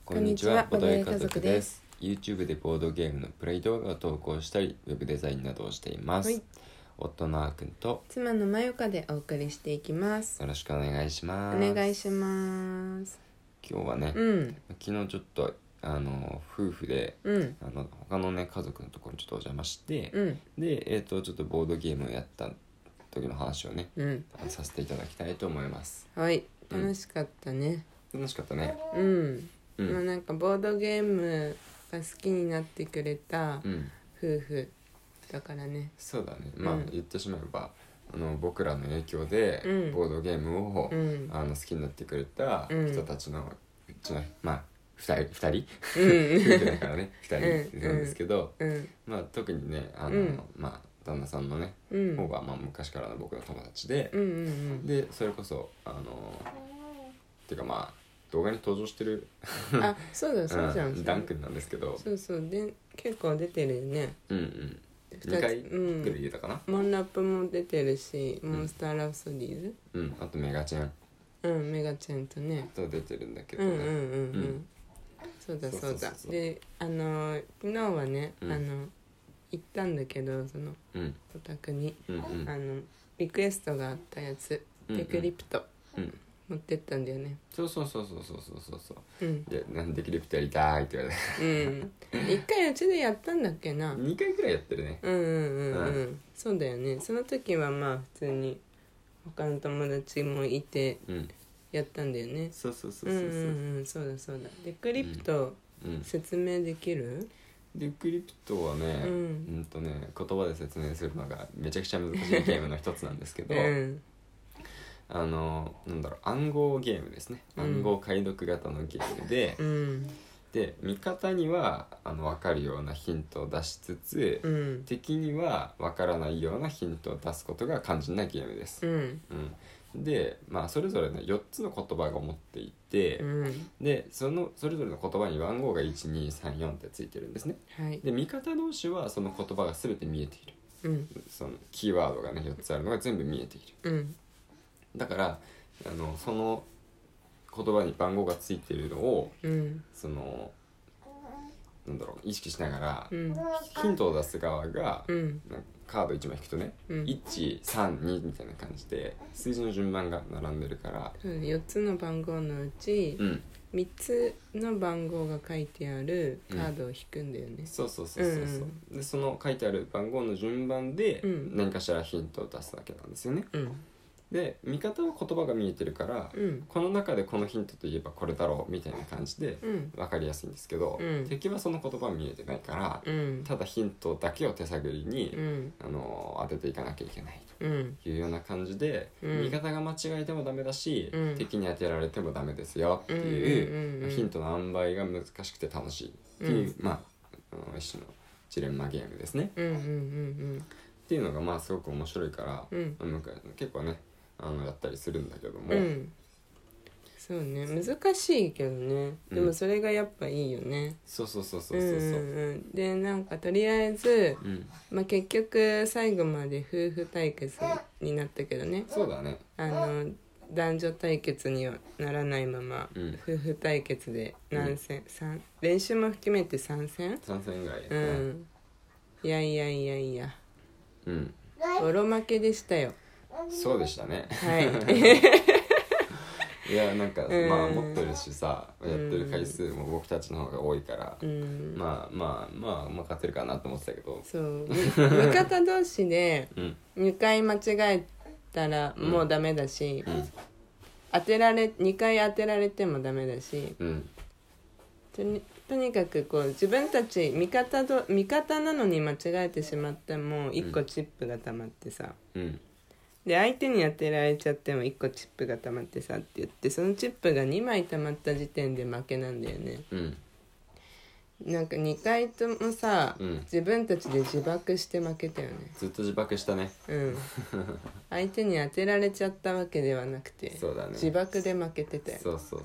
こんにちは、ボドゲ家族です。YouTube でボードゲームのプレイ動画を投稿したり、ウェブデザインなどをしています。夫のあーくんと妻のまゆかでお送りしていきます。 よろしくお願いします。 お願いします。 今日はね、昨日ちょっと夫婦で、他のね家族のところにちょっとお邪魔して、でちょっとボードゲームをやった時の話をね、させていただきたいと思います。 はい、楽しかったね。 楽しかったね。 まあなんかボードゲームが好きになってくれた夫婦だからね。 そうだね。まあ言ってしまえば僕らの影響でボードゲームを、好きになってくれた人たちのうちのまあ2人夫婦だからね2人いるんですけど、まあ特にねまあ旦那さんのね、方がまあ昔からの僕の友達で、でそれこそっていうかまあ動画に登場してるあ、そうだそうじゃん、 ダン君なんですけど、 そうで結構出てるよね。 2回ぐらい出たかな。 モンラップも出てるし、モンスターラプソディーズ、 あとメガチェンメガチェンとねと出てるんだけどね。 そうだで昨日はね、行ったんだけどそのお宅に、リクエストがあったやつ、デクリプト、持ってったんだよね。 そう、でなんでクリプトやりたいって言われて 1回うちでやったんだっけな。 2回くらいやってるね。 そうだよね。その時はまあ普通に他の友達もいてやったんだよね。そうだ。でクリプト、説明できる？ でクリプトはね、言葉で説明するのがめちゃくちゃ難しいゲームの一つなんですけど、暗号ゲームですね。暗号解読型のゲームで、で味方には分かるようなヒントを出しつつ、敵には分からないようなヒントを出すことが肝心なゲームです。でまあそれぞれね4つの言葉が持っていて、でそれぞれの言葉に番号が1234ってついてるんですね。で味方同士はその言葉が全て見えている。そのキーワードがね4つあるのが全部見えている。だからその言葉に番号がついているのを、意識しながら、ヒントを出す側が、カード1枚引くとね、132みたいな感じで数字の順番が並んでるから、 4つの番号のうち、3つの番号が書いてあるカードを引くんだよね。でその書いてある番号の順番で何かしらヒントを出すわけなんですよね。で味方は言葉が見えてるから、この中でこのヒントといえばこれだろうみたいな感じで分かりやすいんですけど、敵はその言葉見えてないから、ただヒントだけを手探りに、当てていかなきゃいけないというような感じで、味方が間違えてもダメだし、敵に当てられてもダメですよっていう、ヒントの塩梅が難しくて楽しいっていう、一種のジレンマゲームですね。っていうのがまあすごく面白いから、結構ねやったりするんだけども、 そうね、難しいけどね、でもそれがやっぱいいよね。でなんかとりあえず、結局最後まで夫婦対決になったけどね。 そうだね。 男女対決にはならないまま、夫婦対決で何戦、練習も含めて3戦ぐらいやね。 いやボロ負けでしたよ。 そうでしたね。いやなんか持ってるしさ、やってる回数も僕たちの方が多いから、まあ勝てるかなと思ってたけど、 味方同士で2回間違えたらもうダメだし、2回当てられてもダメだし、とにかくこう自分たち味方なのに間違えてしまっても1個チップが溜まってさ、で相手に当てられちゃっても1個チップが溜まってさって言って、そのチップが2枚溜まった時点で負けなんだよね。なんか2回ともさ、自分たちで自爆して負けたよね。 ずっと自爆したね。 相手に当てられちゃったわけではなくて、 そうだね、 自爆で負けてたよ。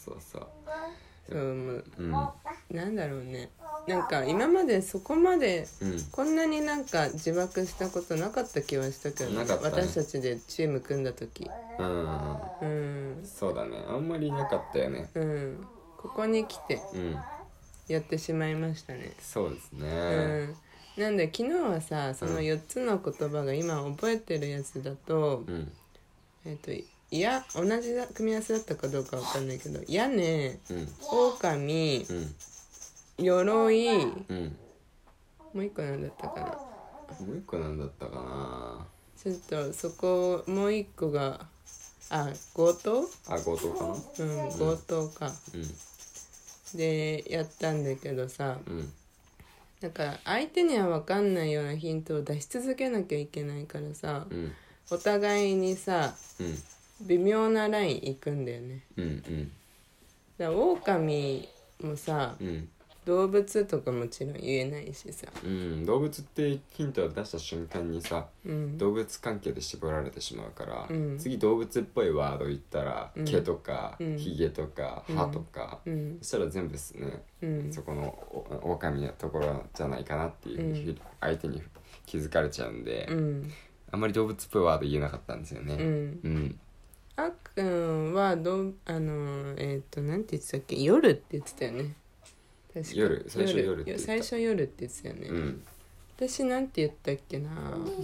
なんだろうね、なんか今までそこまでこんなになんか自爆したことなかった気はしたけど、ね、私たちでチーム組んだ時。 そうだね、あんまりなかったよね。 ここに来てやってしまいましたね。 そうですね、 なんで昨日はさその4つの言葉が今覚えてるやつだと、いや同じ組み合わせだったかどうかわかんないけど、屋根、狼、鎧、もう一個なんだったかな。 もう一個なんだったかな。 ちょっとそこもう一個が強盗？ 強盗かな。 強盗か、でやったんだけどさ、なんか相手には分かんないようなヒントを出し続けなきゃいけないからさ、お互いにさ、微妙なラインいくんだよね。だから狼もさ、動物とかもちろん言えないしさ、 動物ってヒントを出した瞬間にさ、動物関係で絞られてしまうから、次動物っぽいワード言ったら、毛とか、ヒゲとか、歯とか、そしたら全部ですね、そこの狼のところじゃないかなっていう、相手に気づかれちゃうんで、あんまり動物っぽいワード言えなかったんですよね。 あっくんはなんて言ってたっけ、夜って言ってたよね。 最初夜って言ってたよね、私なんて言ったっけな。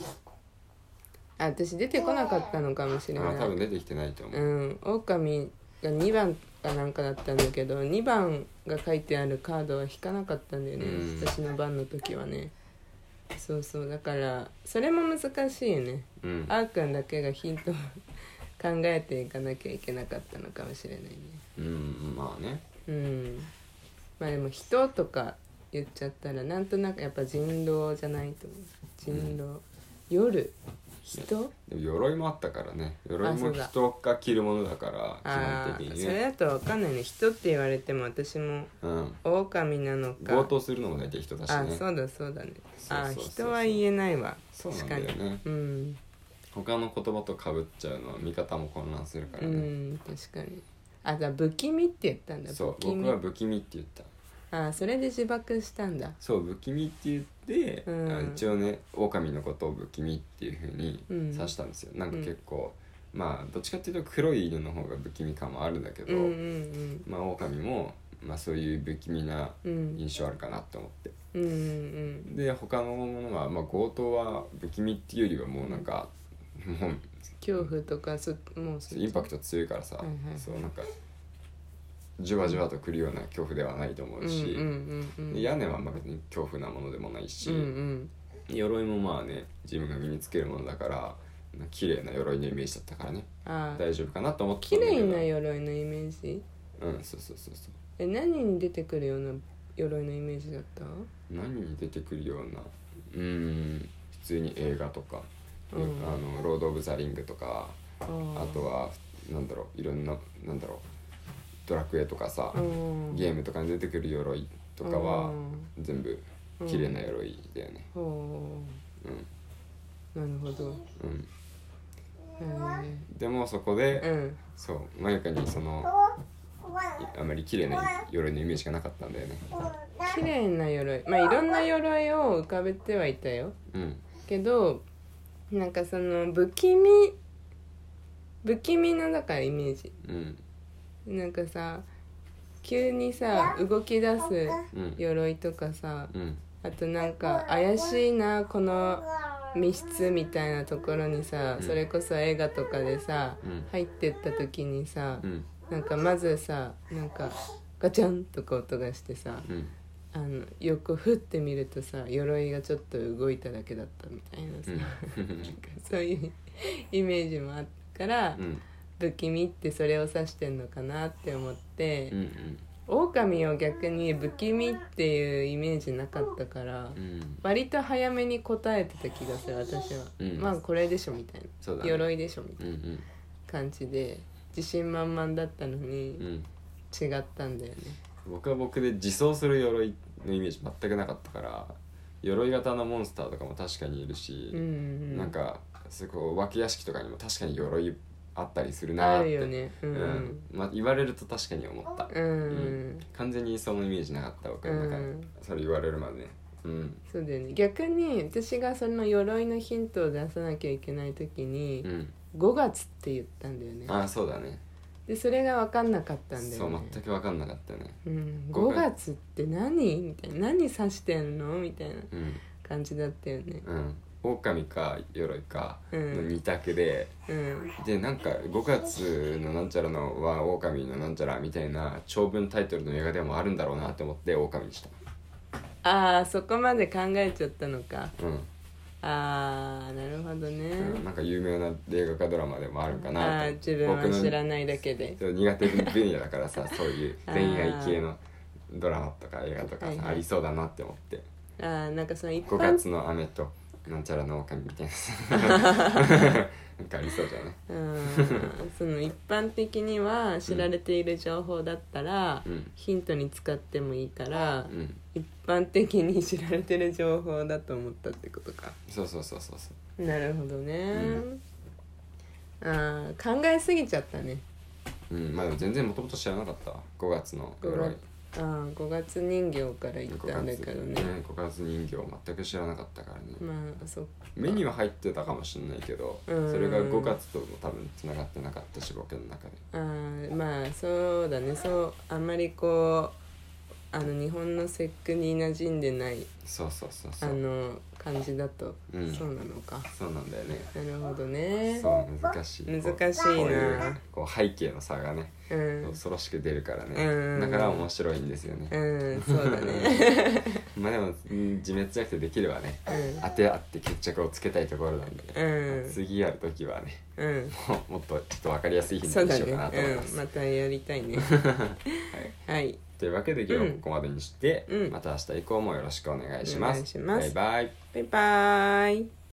私出てこなかったのかもしれない。 多分出てきてないと思う。 狼が2番かなんかだったんだけど、2番が書いてあるカードは引かなかったんだよね、私の番の時はね。そうだからそれも難しいよね、あーくんだけがヒントを考えていかなきゃいけなかったのかもしれないね。 まあね。 まあでも人とか言っちゃったらなんとなくやっぱ人狼じゃないと思う。人狼、夜、人？ でも鎧もあったからね。鎧も人が着るものだから基本的にね。 それだと分かんないね。人って言われても私も狼なのか。 強盗するのも大体人だしね。 そうだね。人は言えないわ。 確かに。そうなんだよね。他の言葉と被っちゃうのは見方も混乱するからね。 確かに。じゃあ不気味って言ったんだ。 そう、僕は不気味って言った。 それで自爆したんだ。 そう、不気味って言って、一応ね、狼のことを不気味っていう風に指したんですよ。なんか結構、まあどっちかっていうと黒い犬の方が不気味感もあるんだけど、まあ狼もまあそういう不気味な印象あるかなって思って。で他のものは、まあ強盗は不気味っていうよりはもうなんか、もう恐怖とかもうインパクト強いからさ、そうなんかじわじわとくるような恐怖ではないと思うし、屋根はまあ別に恐怖なものでもないし、鎧もまあね自分が身につけるものだから綺麗な鎧のイメージだったからね、大丈夫かなと思ってたんだけど。 綺麗な鎧のイメージ？そう何に出てくるような鎧のイメージだった？ 何に出てくるような、普通に映画とか、ロード・オブ・ザ・リングとか、あとはなんだろう、いろんなドラクエとかさ、ゲームとかに出てくる鎧とかは全部綺麗な鎧だよね。 なるほど。 でもそこで、そうまゆかにそのあまり綺麗な鎧のイメージがなかったんだよね。 綺麗な鎧、まあいろんな鎧を浮かべてはいたよ、けどなんかその不気味のだからイメージ、なんかさ急にさ動き出す鎧とかさ、あとなんか怪しいなこの密室みたいなところにさ、それこそ映画とかでさ、入ってった時にさ、なんかまずさなんかガチャンとか音がしてさ、横振ってみるとさ鎧がちょっと動いただけだったみたいなさ、なんかそういうイメージもあったから、不気味ってそれを指してんのかなって思って、狼を逆に不気味っていうイメージなかったから、割と早めに答えてた気がする私は、まあこれでしょみたいな、鎧でしょみたいな感じで自信満々だったのに、違ったんだよね。 僕は僕で自走する鎧のイメージ全くなかったから、鎧型のモンスターとかも確かにいるし、なんかそこお化け屋敷とかにも確かに鎧あったりするなって、あるよね、まあ、言われると確かに思った、完全にそのイメージなかった僕の中に、それ言われるまでね、 そうだよね。逆に私がその鎧のヒントを出さなきゃいけない時に、5月って言ったんだよね。 そうだね。 でそれが分かんなかったんだよね。 そう全く分かんなかったね、 5月って何みたいな、何指してんのみたいな感じだったよね。 狼か鎧かの2択で、でなんか5月のなんちゃらのは狼のなんちゃらみたいな長文タイトルの映画でもあるんだろうなって思って狼にした。 ああ、そこまで考えちゃったのか。ああ、なるほどね、 なんか有名な映画かドラマでもあるかなと。 自分は知らないだけで苦手分野だからさそういう恋愛系のドラマとか映画とかさありそうだなって思って。 なんかその一般 5月の雨となんちゃらの狼みたいななんかありそうじゃないその一般的には知られている情報だったら、ヒントに使ってもいいから、一般的に知られてる情報だと思ったってことか。 そうなるほどね、考えすぎちゃったね。 まあでも全然もともと知らなかったわ5月の鎧。 5月人形から言ったんだけどね。 5月人形全く知らなかったからね。 まあそっか、 目には入ってたかもしれないけど、それが5月とも多分つながってなかったし僕の中で。 まあそうだね。そうあんまりこう日本の節句に馴染んでない感じだと、そうなのか。 そうなんだよね。 なるほどね。 そう難しいな。 こう背景の差がね、恐ろしく出るからね、だから面白いんですよね。 そうだねまあでも自滅じゃなくてできればね、当て合って決着をつけたいところなんで、次やるときはね、もっとちょっと分かりやすいヒントにしようかなと思います。 またやりたいねはい、 というわけで今日はここまでにして、また明日以降もよろしくお願いします。 バイバイ。 バイバイ。